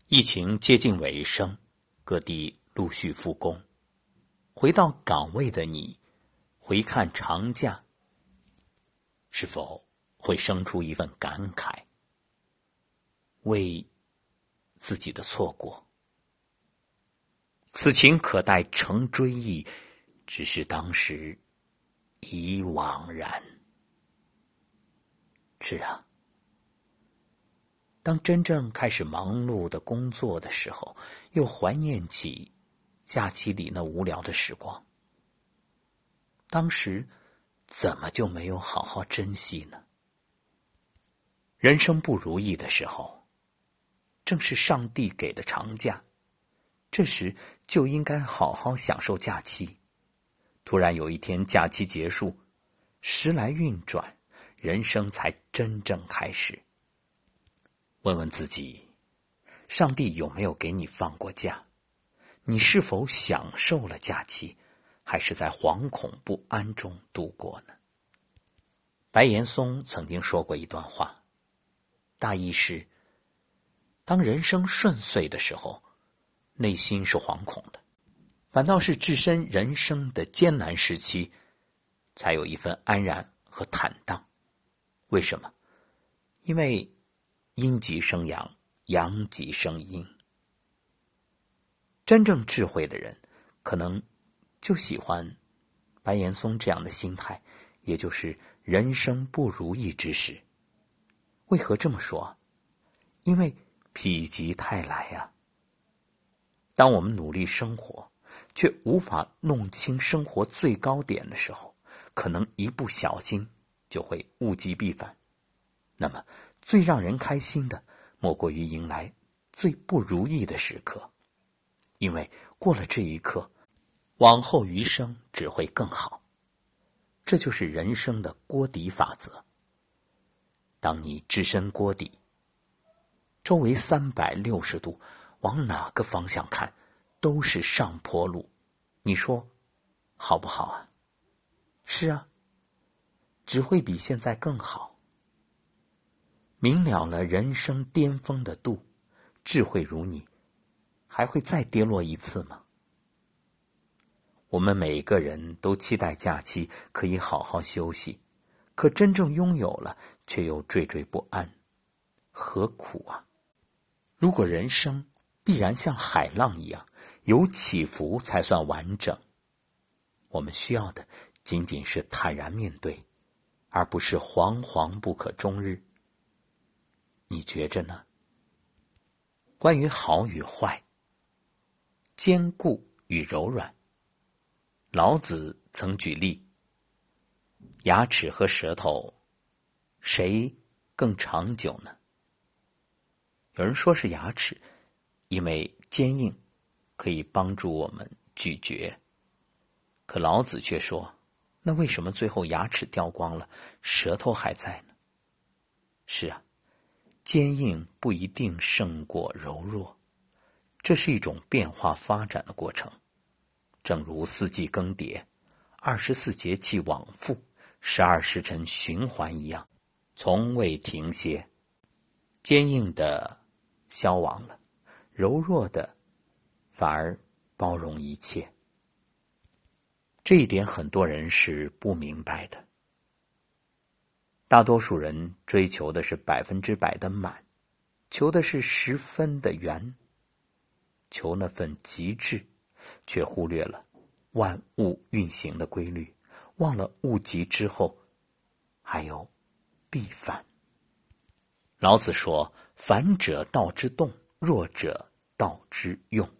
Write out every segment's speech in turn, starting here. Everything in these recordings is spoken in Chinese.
疫情接近尾声，各地陆续复工。回到岗位的你，回看长假，是否会生出一份感慨？为自己的错过，此情可待成追忆，只是当时已惘然。是啊，当真正开始忙碌的工作的时候，又怀念起假期里那无聊的时光。当时怎么就没有好好珍惜呢？人生不如意的时候，正是上帝给的长假，这时就应该好好享受假期。突然有一天假期结束，时来运转，人生才真正开始。问问自己，上帝有没有给你放过假？你是否享受了假期，还是在惶恐不安中度过呢？白岩松曾经说过一段话，大意是：当人生顺遂的时候，内心是惶恐的，反倒是置身人生的艰难时期，才有一份安然和坦荡。为什么？因为阴极生阳，阳极生阴。真正智慧的人，可能就喜欢白岩松这样的心态，也就是人生不如意之时。为何这么说？因为否极泰来啊。当我们努力生活，却无法弄清生活最高点的时候，可能一不小心就会物极必反。那么最让人开心的，莫过于迎来最不如意的时刻，因为过了这一刻，往后余生只会更好。这就是人生的锅底法则。当你置身锅底，周围360度，往哪个方向看都是上坡路，你说好不好啊？是啊，只会比现在更好。明了了人生巅峰的度，智慧如你，还会再跌落一次吗？我们每个人都期待假期可以好好休息，可真正拥有了，却又惴惴不安，何苦啊？如果人生必然像海浪一样，有起伏才算完整，我们需要的仅仅是坦然面对，而不是惶惶不可终日。你觉着呢？关于好与坏，坚固与柔软，老子曾举例，牙齿和舌头谁更长久呢？有人说是牙齿，因为坚硬，可以帮助我们咀嚼。可老子却说，那为什么最后牙齿掉光了，舌头还在呢？是啊，坚硬不一定胜过柔弱，这是一种变化发展的过程。正如四季更迭，24节气往复，12时辰循环一样，从未停歇。坚硬的消亡了，柔弱的反而包容一切。这一点很多人是不明白的。大多数人追求的是100%的满，求的是10分的圆，求那份极致，却忽略了万物运行的规律，忘了物极之后还有必反。老子说，反者道之动，弱者道之用。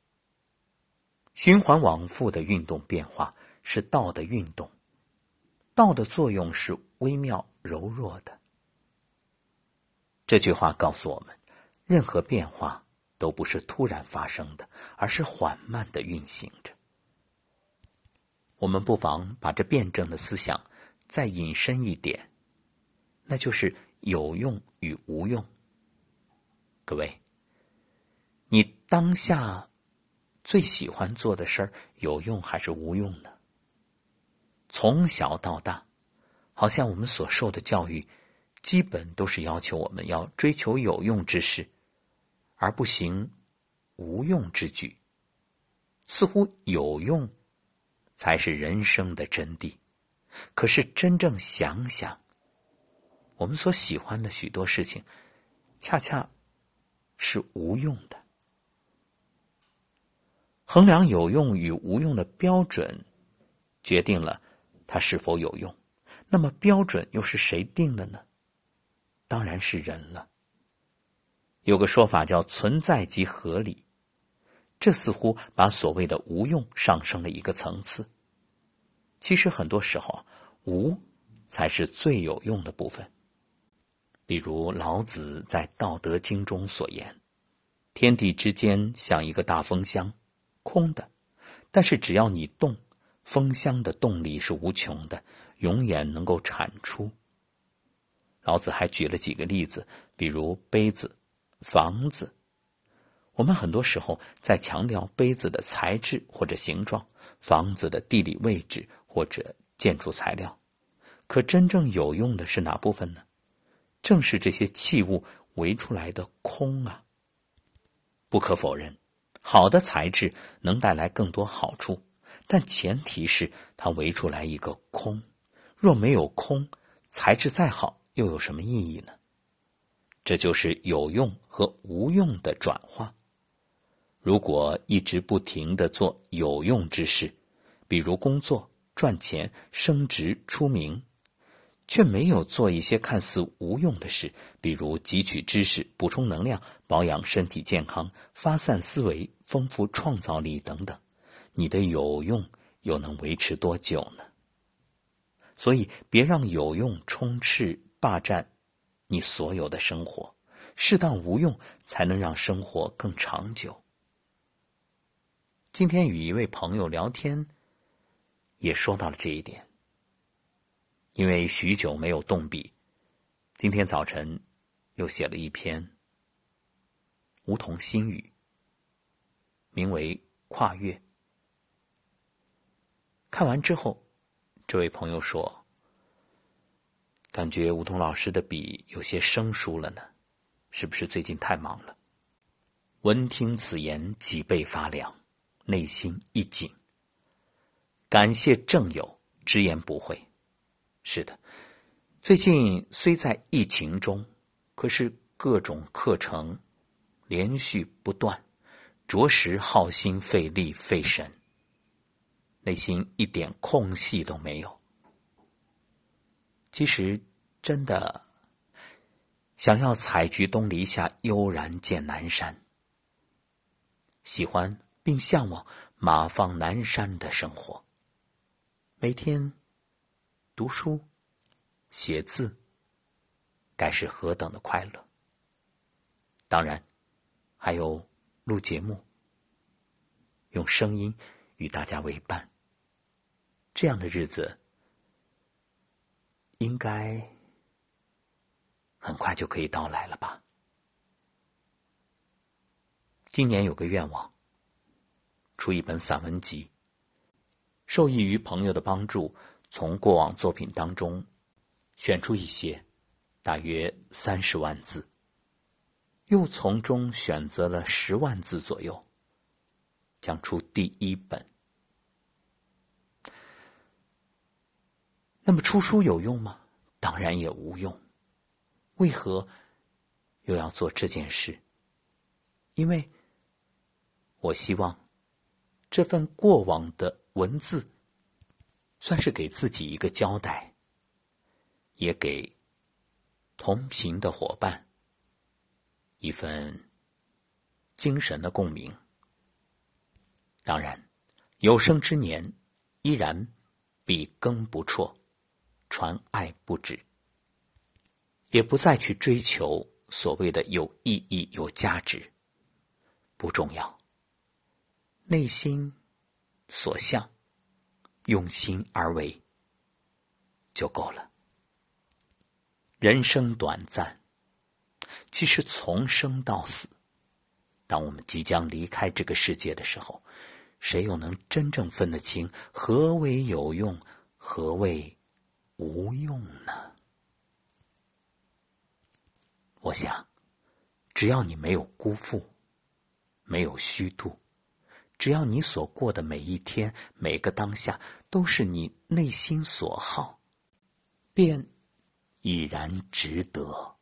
循环往复的运动变化是道的运动，道的作用是微妙柔弱的。这句话告诉我们，任何变化都不是突然发生的，而是缓慢地运行着。我们不妨把这辩证的思想再引申一点，那就是有用与无用。各位，你当下最喜欢做的事儿，有用还是无用呢？从小到大，好像我们所受的教育基本都是要求我们要追求有用之事， 而不行无用之举。似乎有用才是人生的真谛。可是真正想想，我们所喜欢的许多事情，恰恰是无用的。衡量有用与无用的标准，决定了它是否有用。那么标准又是谁定的呢？当然是人了。有个说法叫存在即合理，这似乎把所谓的无用上升了一个层次。其实很多时候，无才是最有用的部分。比如老子在《道德经》中所言，天地之间像一个大风箱，空的，但是只要你动，风箱的动力是无穷的，永远能够产出。老子还举了几个例子，比如杯子、房子。我们很多时候在强调杯子的材质或者形状，房子的地理位置或者建筑材料，可真正有用的是哪部分呢？正是这些器物围出来的空啊。不可否认，好的材质能带来更多好处，但前提是它围出来一个空。若没有空，材质再好又有什么意义呢？这就是有用和无用的转化。如果一直不停地做有用之事，比如工作、赚钱、升职、出名，却没有做一些看似无用的事，比如汲取知识、补充能量、保养身体健康、发散思维、丰富创造力等等，你的有用又能维持多久呢？所以别让有用充斥霸占你所有的生活，适当无用才能让生活更长久。今天与一位朋友聊天，也说到了这一点。因为许久没有动笔，今天早晨又写了一篇梧桐心语，名为《跨越》。看完之后，这位朋友说，感觉梧桐老师的笔有些生疏了呢，是不是最近太忙了？闻听此言，脊背发凉，内心一紧。感谢正友，直言不讳。是的，最近虽在疫情中，可是各种课程连续不断，着实耗心费力费神，内心一点空隙都没有。其实真的想要采菊东篱下，悠然见南山，喜欢并向往马放南山的生活，每天读书写字，该是何等的快乐。当然还有录节目，用声音与大家为伴，这样的日子应该很快就可以到来了吧。今年有个愿望，出一本散文集，受益于朋友的帮助，从过往作品当中选出一些，大约30万字，又从中选择了10万字左右，将出第1本。那么出书有用吗？当然也无用。为何又要做这件事？因为我希望这份过往的文字算是给自己一个交代，也给同行的伙伴一份精神的共鸣。当然，有生之年依然笔耕不辍，传爱不止，也不再去追求所谓的有意义、有价值，不重要。内心所向，用心而为就够了。人生短暂，其实从生到死，当我们即将离开这个世界的时候，谁又能真正分得清何为有用，何为无用呢？我想只要你没有辜负，没有虚度，只要你所过的每一天，每个当下都是你内心所好，便已然值得。